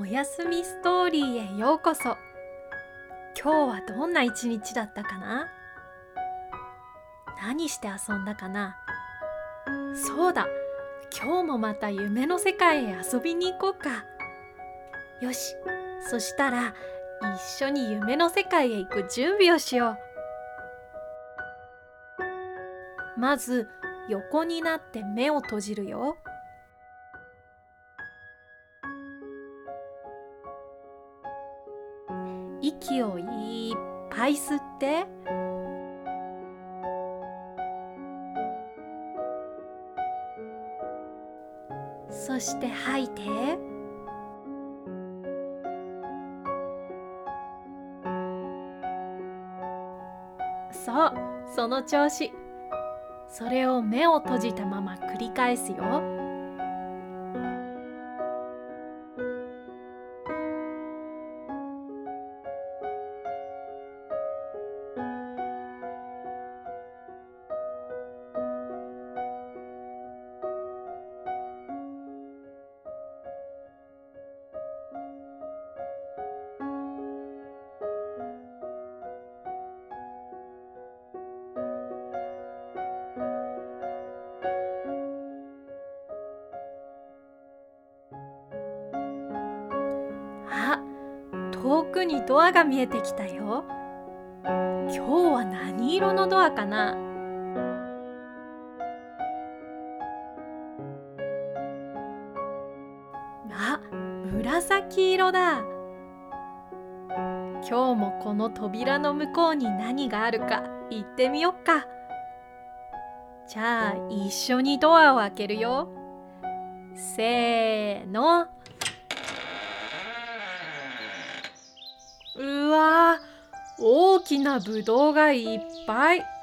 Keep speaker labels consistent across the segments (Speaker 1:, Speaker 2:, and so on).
Speaker 1: おやすみストーリーへようこそ。今日はどんな一日だったかな？何して遊んだかな？そうだ、今日もまた夢の世界へ遊びに行こうか。よし、そしたら一緒に夢の世界へ行く準備をしよう。まず横になって目を閉じるよ。息をいっぱい吸って、そして吐いて。そう、その調子。それを目を閉じたまま繰り返すよ。あ、遠くにドアが見えてきたよ。今日は何色のドアかな？あ、紫色だ。今日もこの扉の向こうに何があるか行ってみよっか。じゃあ一緒にドアを開けるよ。せーの。うわー、大きなぶどうがいっぱい。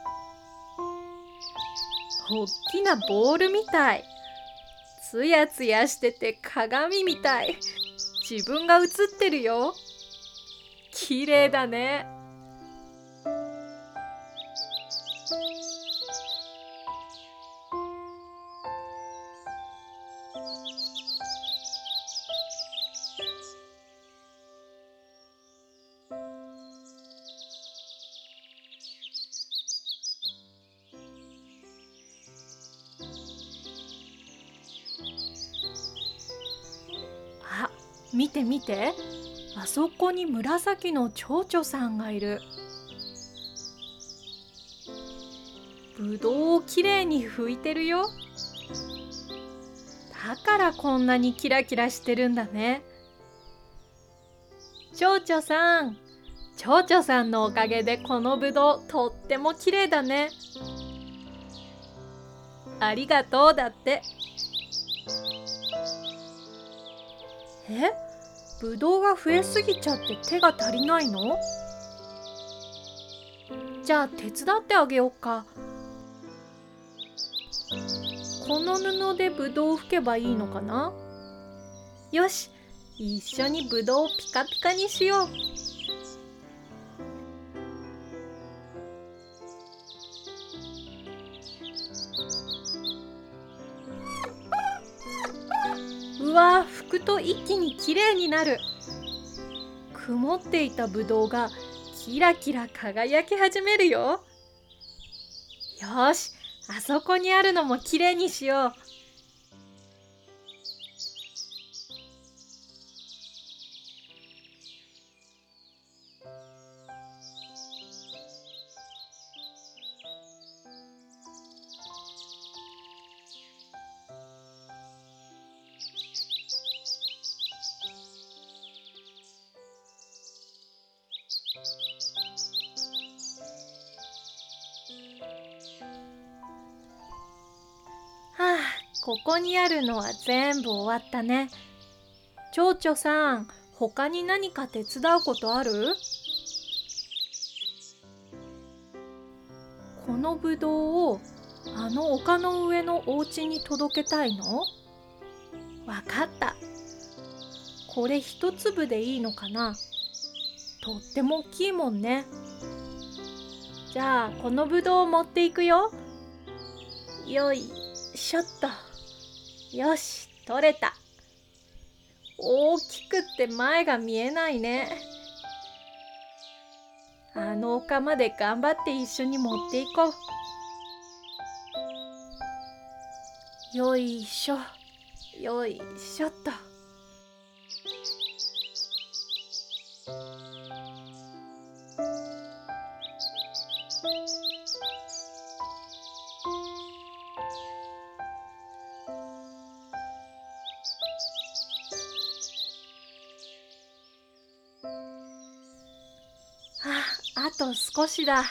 Speaker 1: おっきなボールみたい。つやつやしてて鏡みたい。自分が映ってるよ。綺麗だね。あ、見て見て。あそこに紫の蝶々さんがいる。ぶどうをきれいに拭いてるよ。だからこんなにキラキラしてるんだね。蝶々さん、蝶々さんのおかげでこのぶどうとってもきれいだね。ありがとうだって。ぶどうが増えすぎちゃって手が足りないの？じゃあ手伝ってあげようか。この布でぶどうを拭けばいいのかな？よし、一緒にぶどうをピカピカにしよう。うわ、拭くと一気にきれいになる。曇っていたぶどうがキラキラ輝き始めるよ。よし、あそこにあるのもきれいにしよう。はあ、ここにあるのは全部終わったね。蝶々さん、他に何か手伝うことある？このぶどうをあの丘の上のお家に届けたいの？わかった。これ一粒でいいのかな？とっても大きいもんね。じゃあこのぶどうを持っていくよ。よいしょっと。よし、取れた。 大きくって前が見えないね。あの丘まで頑張って一緒に持っていこう。よいしょ、よいしょっと。あと少しだ。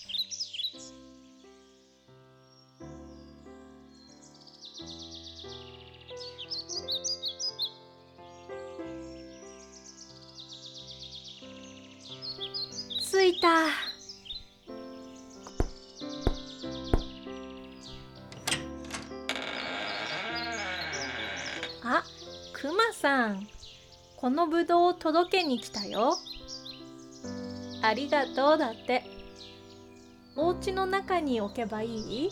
Speaker 1: 着いた。あ、くまさん、このぶどうを届けに来たよ。ありがとうだって。お家の中に置けばいい？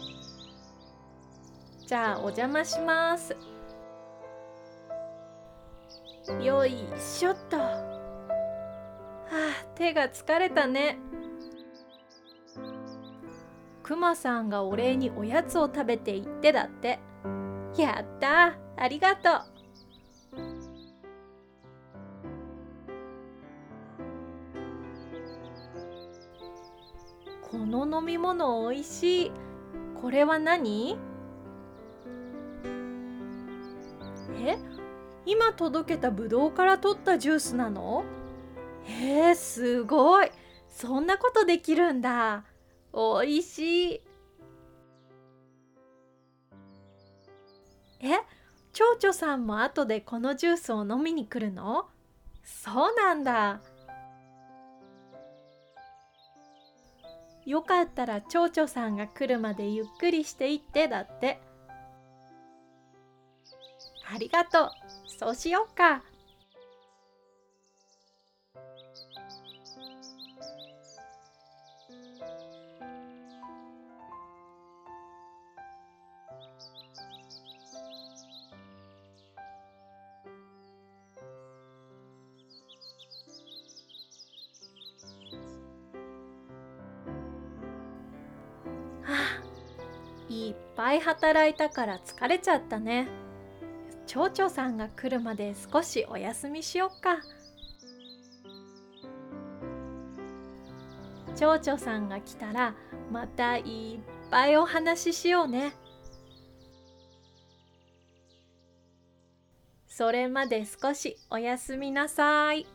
Speaker 1: じゃあお邪魔します。よいしょっと。手が疲れたね。くまさんがお礼におやつを食べていってだって。やった、ありがとう。この飲み物おいしい。これは何？今届けたぶどうから取ったジュースなの？すごい。そんなことできるんだ。おいしい。蝶々さんも後でこのジュースを飲みに来るの？そうなんだ。よかったら蝶々さんが来るまでゆっくりしていってだって。ありがとう。そうしようか。いっぱい働いたから疲れちゃったね。蝶々さんが来るまで少しお休みしよっか。蝶々さんが来たらまたいっぱいお話ししようね。それまで少しおやすみなさい。